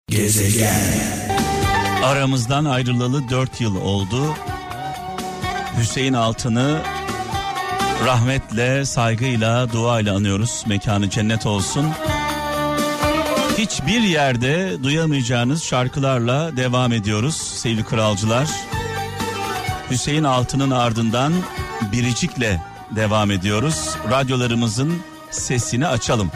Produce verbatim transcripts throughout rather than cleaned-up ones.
Gezegen. Aramızdan ayrılalı dört yıl oldu. Hüseyin Altın'ı rahmetle, saygıyla, duayla anıyoruz. Mekanı cennet olsun. Hiçbir yerde duyamayacağınız şarkılarla devam ediyoruz sevgili kralcılar. Hüseyin Altın'ın ardından Biricik'le devam ediyoruz. Radyolarımızın sesini açalım.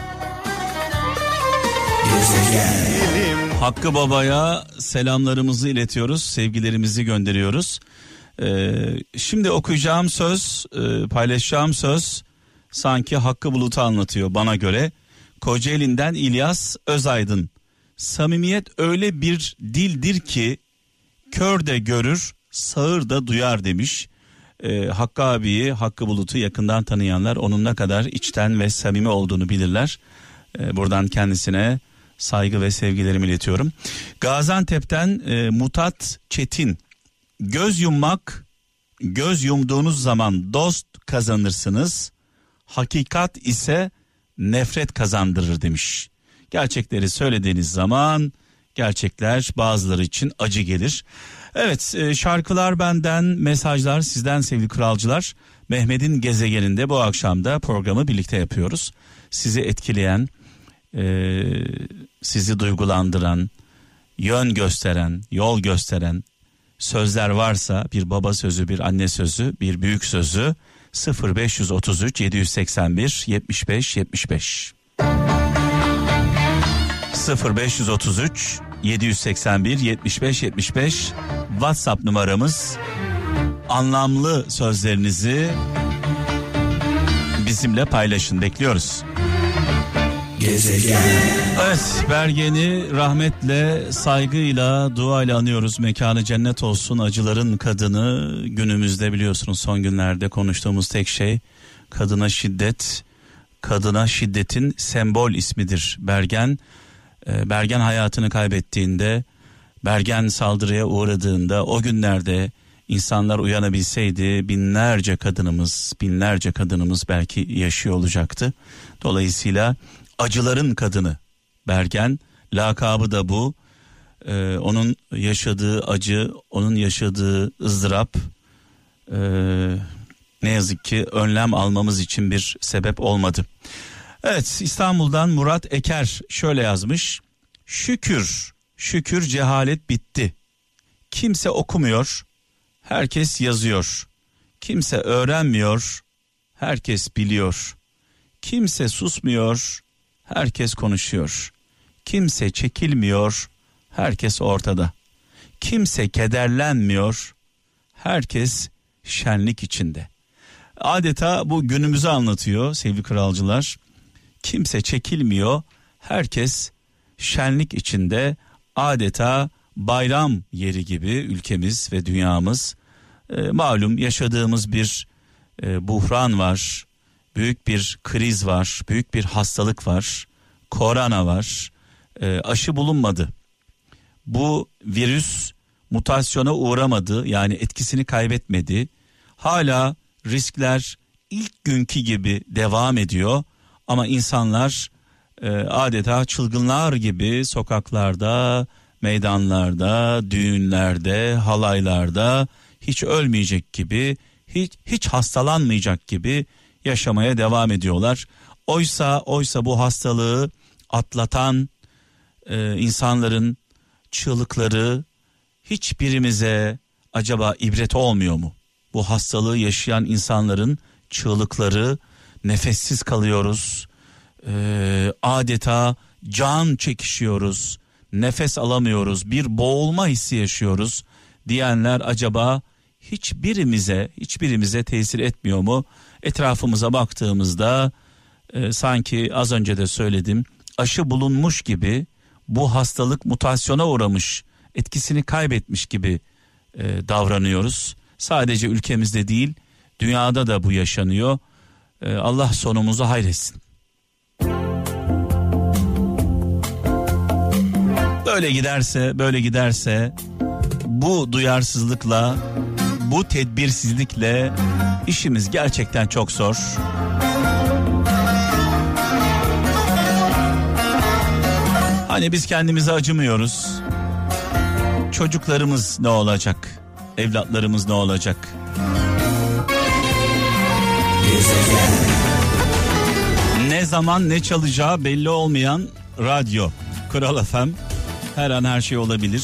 Gezegen. Hakkı Baba'ya selamlarımızı iletiyoruz, sevgilerimizi gönderiyoruz. Ee, şimdi okuyacağım söz, e, paylaşacağım söz sanki Hakkı Bulut'u anlatıyor bana göre. Kocaeli'nden İlyas Özaydın. Samimiyet öyle bir dildir ki kör de görür, sağır da duyar demiş. Ee, Hakkı abiyi, Hakkı Bulut'u yakından tanıyanlar onun ne kadar içten ve samimi olduğunu bilirler. Ee, buradan kendisine saygı ve sevgilerimi iletiyorum. Gaziantep'ten e, Mutat Çetin. Göz yummak, göz yumduğunuz zaman dost kazanırsınız. Hakikat ise nefret kazandırır demiş. Gerçekleri söylediğiniz zaman gerçekler bazıları için acı gelir. Evet, e, şarkılar benden, mesajlar sizden sevgili kralcılar. Mehmet'in gezegeninde bu akşam da programı birlikte yapıyoruz. Sizi etkileyen, e, sizi duygulandıran, yön gösteren, yol gösteren sözler varsa, bir baba sözü, bir anne sözü, bir büyük sözü, sıfır beş üç üç yedi seksen bir yetmiş beş yetmiş beş sıfır beş üç üç yedi seksen bir yetmiş beş yetmiş beş WhatsApp numaramız. Anlamlı sözlerinizi bizimle paylaşın, bekliyoruz. Gezegen. Evet, Bergen'i rahmetle, saygıyla, duayla anıyoruz. Mekanı cennet olsun. Acıların kadını, günümüzde biliyorsunuz son günlerde konuştuğumuz tek şey kadına şiddet. Kadına şiddetin sembol ismidir Bergen. Bergen hayatını kaybettiğinde, Bergen saldırıya uğradığında, o günlerde insanlar uyanabilseydi binlerce kadınımız, binlerce kadınımız belki yaşıyor olacaktı. Dolayısıyla acıların kadını Bergen, lakabı da bu. Ee, onun yaşadığı acı, onun yaşadığı ızdırap e, ne yazık ki önlem almamız için bir sebep olmadı. Evet, İstanbul'dan Murat Eker şöyle yazmış. Şükür, şükür cehalet bitti. Kimse okumuyor, herkes yazıyor. Kimse öğrenmiyor, herkes biliyor. Kimse susmuyor, herkes konuşuyor. Kimse çekilmiyor, herkes ortada. Kimse kederlenmiyor, herkes şenlik içinde. Adeta bu günümüzü anlatıyor sevgili kralcılar. Kimse çekilmiyor, herkes şenlik içinde, adeta bayram yeri gibi ülkemiz ve dünyamız. E, malum yaşadığımız bir e, buhran var, büyük bir kriz var, büyük bir hastalık var, korona var, e, aşı bulunmadı. Bu virüs mutasyona uğramadı, yani etkisini kaybetmedi. Hala riskler ilk günkü gibi devam ediyor. Ama insanlar e, adeta çılgınlar gibi sokaklarda, meydanlarda, düğünlerde, halaylarda hiç ölmeyecek gibi, hiç hiç hastalanmayacak gibi yaşamaya devam ediyorlar. Oysa oysa bu hastalığı atlatan e, insanların çığlıkları hiçbirimize acaba ibret olmuyor mu? Bu hastalığı yaşayan insanların çığlıkları, nefessiz kalıyoruz, ee, adeta can çekişiyoruz, nefes alamıyoruz, bir boğulma hissi yaşıyoruz diyenler acaba hiçbirimize hiçbirimize tesir etmiyor mu? Etrafımıza baktığımızda e, sanki az önce de söyledim, aşı bulunmuş gibi, bu hastalık mutasyona uğramış, etkisini kaybetmiş gibi e, davranıyoruz. Sadece ülkemizde değil, dünyada da bu yaşanıyor. E, Allah sonumuzu hayretsin. Böyle giderse, böyle giderse, bu duyarsızlıkla, bu tedbirsizlikle işimiz gerçekten çok zor. Hani biz kendimize acımıyoruz. Çocuklarımız ne olacak? Evlatlarımız ne olacak? Ne zaman ne çalacağı belli olmayan radyo Kral F M, her an her şey olabilir.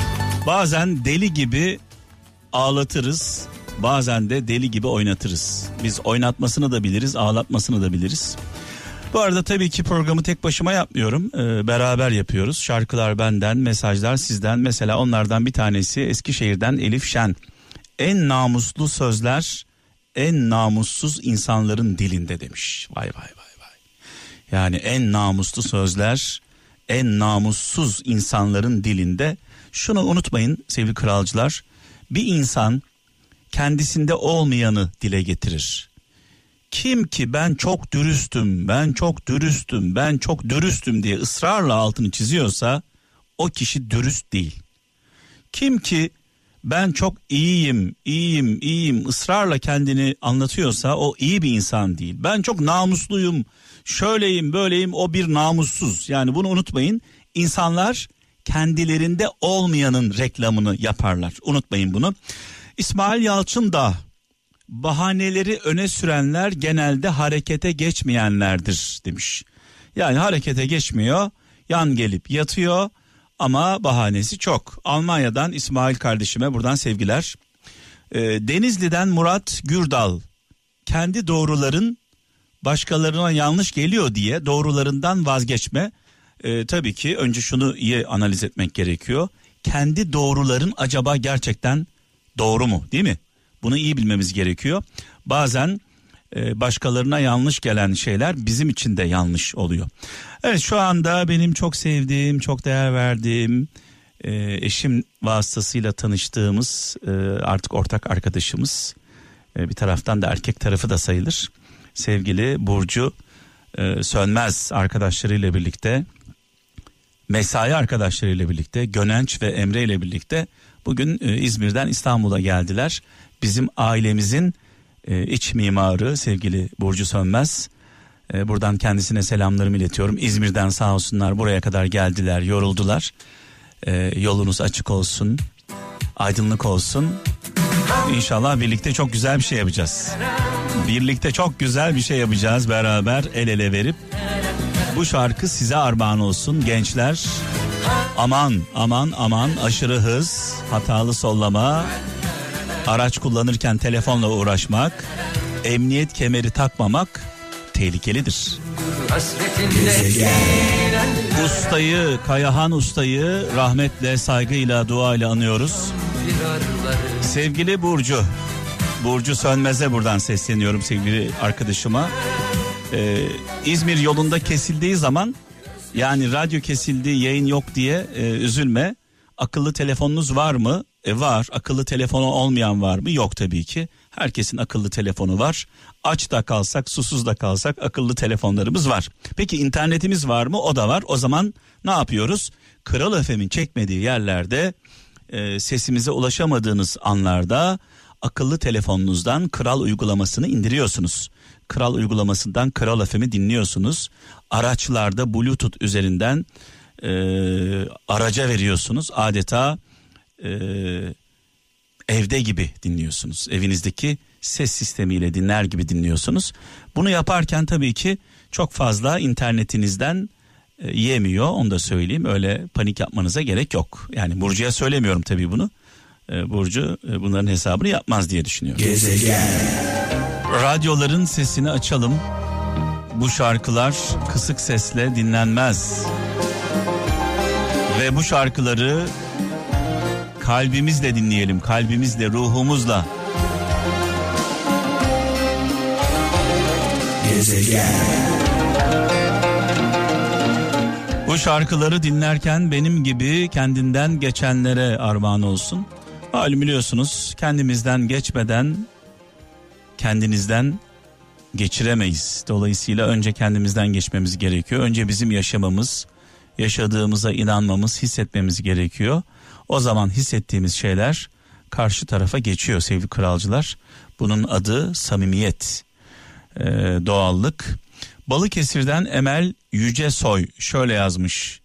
Bazen deli gibi ağlatırız, bazen de deli gibi oynatırız. Biz oynatmasını da biliriz, ağlatmasını da biliriz. Bu arada tabii ki programı tek başıma yapmıyorum. Ee, beraber yapıyoruz. Şarkılar benden, mesajlar sizden. Mesela onlardan bir tanesi Eskişehir'den Elif Şen. En namuslu sözler en namussuz insanların dilinde demiş. Vay vay vay vay. Yani en namuslu sözler en namussuz insanların dilinde. Şunu unutmayın sevgili kralcılar. Bir insan kendisinde olmayanı dile getirir. Kim ki ben çok dürüstüm, ben çok dürüstüm, ben çok dürüstüm diye ısrarla altını çiziyorsa o kişi dürüst değil. Kim ki ben çok iyiyim, iyiyim, iyiyim ısrarla kendini anlatıyorsa o iyi bir insan değil. Ben çok namusluyum, şöyleyim, böyleyim, o bir namussuz. Yani bunu unutmayın. İnsanlar kendilerinde olmayanın reklamını yaparlar. Unutmayın bunu. İsmail Yalçın da bahaneleri öne sürenler genelde harekete geçmeyenlerdir demiş. Yani harekete geçmiyor, yan gelip yatıyor ama bahanesi çok. Almanya'dan İsmail kardeşime buradan sevgiler. Ee, Denizli'den Murat Gürdal, kendi doğruların başkalarına yanlış geliyor diye doğrularından vazgeçme. Ee, tabii ki önce şunu iyi analiz etmek gerekiyor. Kendi doğruların acaba gerçekten doğru mu, değil mi? Bunu iyi bilmemiz gerekiyor. Bazen e, başkalarına yanlış gelen şeyler bizim için de yanlış oluyor. Evet, şu anda benim çok sevdiğim, çok değer verdiğim, e, eşim vasıtasıyla tanıştığımız e, artık ortak arkadaşımız, e, bir taraftan da erkek tarafı da sayılır. Sevgili Burcu e, Sönmez arkadaşlarıyla birlikte, mesai arkadaşlarıyla birlikte, Gönenç ve Emre ile birlikte bugün e, İzmir'den İstanbul'a geldiler. Bizim ailemizin e, iç mimarı sevgili Burcu Sönmez. E, buradan kendisine selamlarımı iletiyorum. İzmir'den sağ olsunlar, buraya kadar geldiler, yoruldular. E, yolunuz açık olsun, aydınlık olsun. İnşallah birlikte çok güzel bir şey yapacağız. Birlikte çok güzel bir şey yapacağız beraber el ele verip. Bu şarkı size armağan olsun gençler. Aman aman aman, aşırı hız, hatalı sollama, araç kullanırken telefonla uğraşmak, emniyet kemeri takmamak tehlikelidir. Ustayı, Kayahan Ustayı rahmetle, saygıyla, duayla anıyoruz. Sevgili Burcu, Burcu Sönmez'e buradan sesleniyorum, sevgili arkadaşıma. Ee, İzmir yolunda kesildiği zaman, yani radyo kesildi, yayın yok diye e, üzülme. Akıllı telefonunuz var mı? E var. Akıllı telefonu olmayan var mı? Yok tabii ki. Herkesin akıllı telefonu var. Aç da kalsak, susuz da kalsak akıllı telefonlarımız var. Peki internetimiz var mı? O da var. O zaman ne yapıyoruz? Kral F M'in çekmediği yerlerde, e, sesimize ulaşamadığınız anlarda akıllı telefonunuzdan Kral uygulamasını indiriyorsunuz. Kral uygulamasından Kral F M'i dinliyorsunuz. Araçlarda Bluetooth üzerinden e, araca veriyorsunuz. Adeta e, evde gibi dinliyorsunuz. Evinizdeki ses sistemiyle dinler gibi dinliyorsunuz. Bunu yaparken tabii ki çok fazla internetinizden e, yemiyor. Onu da söyleyeyim. Öyle panik yapmanıza gerek yok. Yani Burcu'ya söylemiyorum tabii bunu. E, Burcu e, bunların hesabını yapmaz diye düşünüyorum. Gezegen. Radyoların sesini açalım. Bu şarkılar kısık sesle dinlenmez. Ve bu şarkıları kalbimizle dinleyelim. Kalbimizle, ruhumuzla. Gezegen. Bu şarkıları dinlerken benim gibi kendinden geçenlere armağan olsun. Malum biliyorsunuz, kendimizden geçmeden kendinizden geçiremeyiz. Dolayısıyla önce kendimizden geçmemiz gerekiyor. Önce bizim yaşamamız, yaşadığımıza inanmamız, hissetmemiz gerekiyor. O zaman hissettiğimiz şeyler karşı tarafa geçiyor sevgili kralcılar. Bunun adı samimiyet, ee, doğallık. Balıkesir'den Emel Yücesoy şöyle yazmış.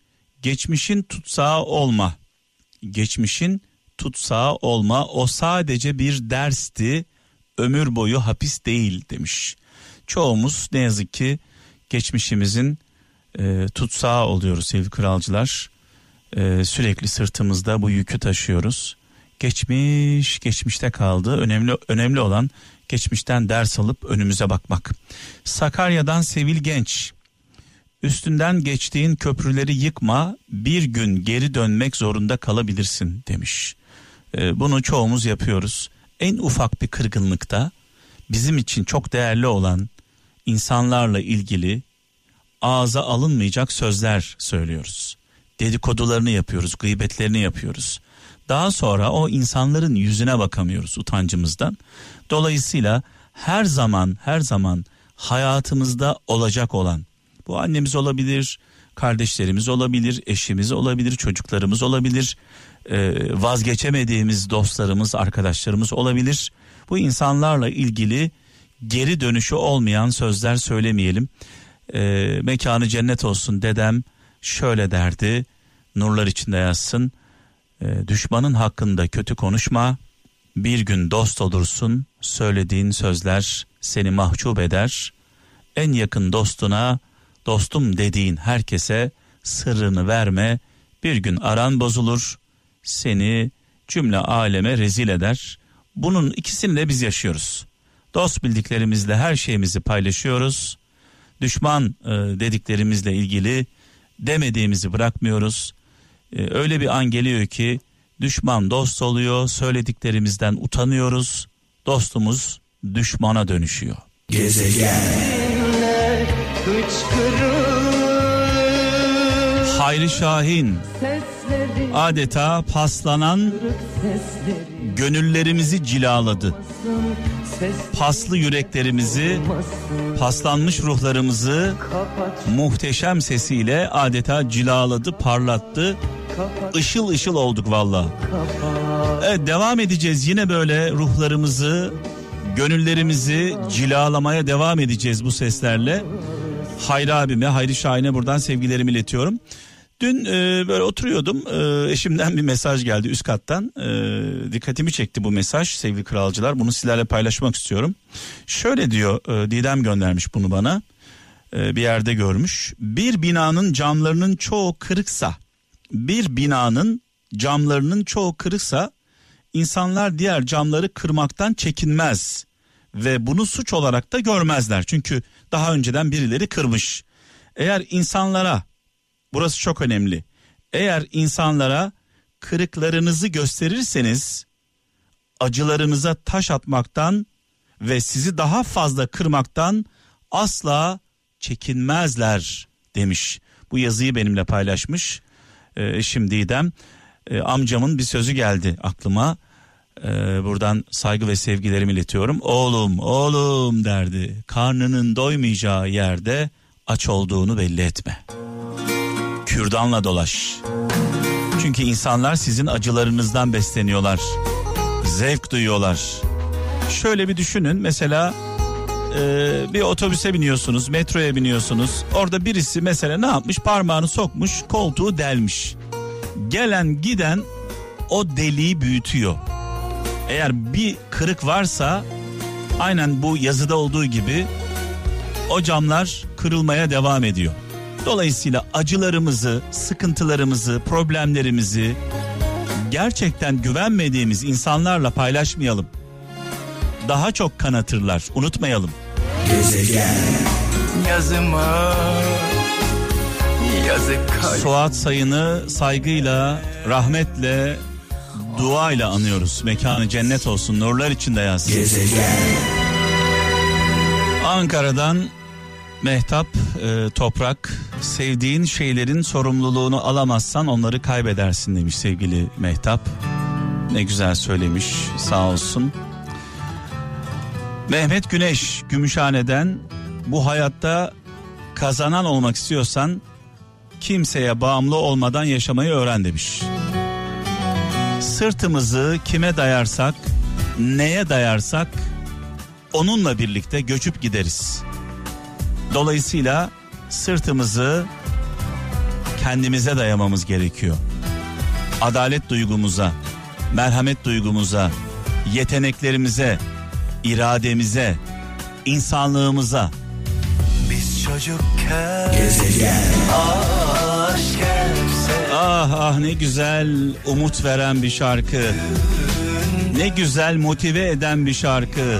Geçmişin tutsağı olma. Geçmişin tutsağı olma. O sadece bir dersti. Ömür boyu hapis değil demiş. Çoğumuz ne yazık ki geçmişimizin e, tutsağı oluyoruz sevgili kralcılar. E, sürekli sırtımızda bu yükü taşıyoruz. Geçmiş geçmişte kaldı. Önemli önemli olan geçmişten ders alıp önümüze bakmak. Sakarya'dan Sevil Genç. Üstünden geçtiğin köprüleri yıkma, bir gün geri dönmek zorunda kalabilirsin demiş. Ee, bunu çoğumuz yapıyoruz. En ufak bir kırgınlıkta bizim için çok değerli olan insanlarla ilgili ağza alınmayacak sözler söylüyoruz. Dedikodularını yapıyoruz, gıybetlerini yapıyoruz. Daha sonra o insanların yüzüne bakamıyoruz utancımızdan. Dolayısıyla her zaman her zaman hayatımızda olacak olan, bu annemiz olabilir, kardeşlerimiz olabilir, eşimiz olabilir, çocuklarımız olabilir, ee, vazgeçemediğimiz dostlarımız, arkadaşlarımız olabilir. Bu insanlarla ilgili geri dönüşü olmayan sözler söylemeyelim. Ee, mekanı cennet olsun dedem şöyle derdi, nurlar içinde yazsın. Ee, düşmanın hakkında kötü konuşma, bir gün dost olursun, söylediğin sözler seni mahcup eder. En yakın dostuna, dostum dediğin herkese sırrını verme, bir gün aran bozulur, seni cümle aleme rezil eder. Bunun ikisini de biz yaşıyoruz. Dost bildiklerimizle her şeyimizi paylaşıyoruz. Düşman e, dediklerimizle ilgili demediğimizi bırakmıyoruz. E, öyle bir an geliyor ki düşman dost oluyor, söylediklerimizden utanıyoruz. Dostumuz düşmana dönüşüyor. Gezegenler Hayri Şahin, adeta paslanan gönüllerimizi cilaladı. Paslı yüreklerimizi, paslanmış ruhlarımızı muhteşem sesiyle adeta cilaladı, parlattı. Işıl ışıl olduk valla. Evet, devam edeceğiz yine böyle ruhlarımızı, gönüllerimizi cilalamaya devam edeceğiz bu seslerle. Hayri abime, Hayri Şahin'e buradan sevgilerimi iletiyorum. Dün e, böyle oturuyordum, e, eşimden bir mesaj geldi üst kattan. E, dikkatimi çekti bu mesaj sevgili kralcılar, bunu sizlerle paylaşmak istiyorum. Şöyle diyor, e, Didem göndermiş bunu bana, e, bir yerde görmüş. Bir binanın camlarının çoğu kırıksa, bir binanın camlarının çoğu kırıksa insanlar diğer camları kırmaktan çekinmez ve bunu suç olarak da görmezler. Çünkü daha önceden birileri kırmış. Eğer insanlara, burası çok önemli, eğer insanlara kırıklarınızı gösterirseniz acılarınıza taş atmaktan ve sizi daha fazla kırmaktan asla çekinmezler demiş. Bu yazıyı benimle paylaşmış ee, eşim Didem. Ee, amcamın bir sözü geldi aklıma. Ee, buradan saygı ve sevgilerimi iletiyorum. Oğlum oğlum derdi, karnının doymayacağı yerde aç olduğunu belli etme. Kürdanla dolaş. Çünkü insanlar sizin acılarınızdan besleniyorlar. Zevk duyuyorlar. Şöyle bir düşünün, mesela e, bir otobüse biniyorsunuz, metroya biniyorsunuz. Orada birisi mesela ne yapmış? Parmağını sokmuş, koltuğu delmiş. Gelen giden o deliği büyütüyor. Eğer bir kırık varsa aynen bu yazıda olduğu gibi o camlar kırılmaya devam ediyor. Dolayısıyla acılarımızı, sıkıntılarımızı, problemlerimizi gerçekten güvenmediğimiz insanlarla paylaşmayalım. Daha çok kanatırlar, unutmayalım. Gezegen yazıma yazık. Suat Sayın'ı saygıyla, rahmetle, duayla anıyoruz. Mekanı cennet olsun, nurlar içinde yazsın. Gezegen. Ankara'dan Mehtap e, Toprak, sevdiğin şeylerin sorumluluğunu alamazsan onları kaybedersin demiş sevgili Mehtap. Ne güzel söylemiş, sağ olsun. Mehmet Güneş Gümüşhane'den, bu hayatta kazanan olmak istiyorsan kimseye bağımlı olmadan yaşamayı öğren demiş. Sırtımızı kime dayarsak, neye dayarsak onunla birlikte göçüp gideriz. Dolayısıyla sırtımızı kendimize dayamamız gerekiyor. Adalet duygumuza, merhamet duygumuza, yeteneklerimize, irademize, insanlığımıza. Biz çocukken gezegen aşk else. Ah ah ne güzel umut veren bir şarkı. Ne güzel motive eden bir şarkı.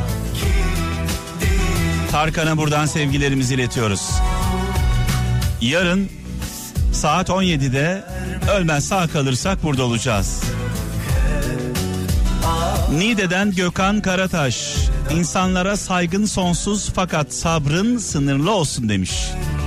Tarkan'a buradan sevgilerimizi iletiyoruz. Yarın saat on yedide ölmez sağ kalırsak burada olacağız. Niğde'den Gökhan Karataş, insanlara saygın sonsuz fakat sabrın sınırlı olsun demiş.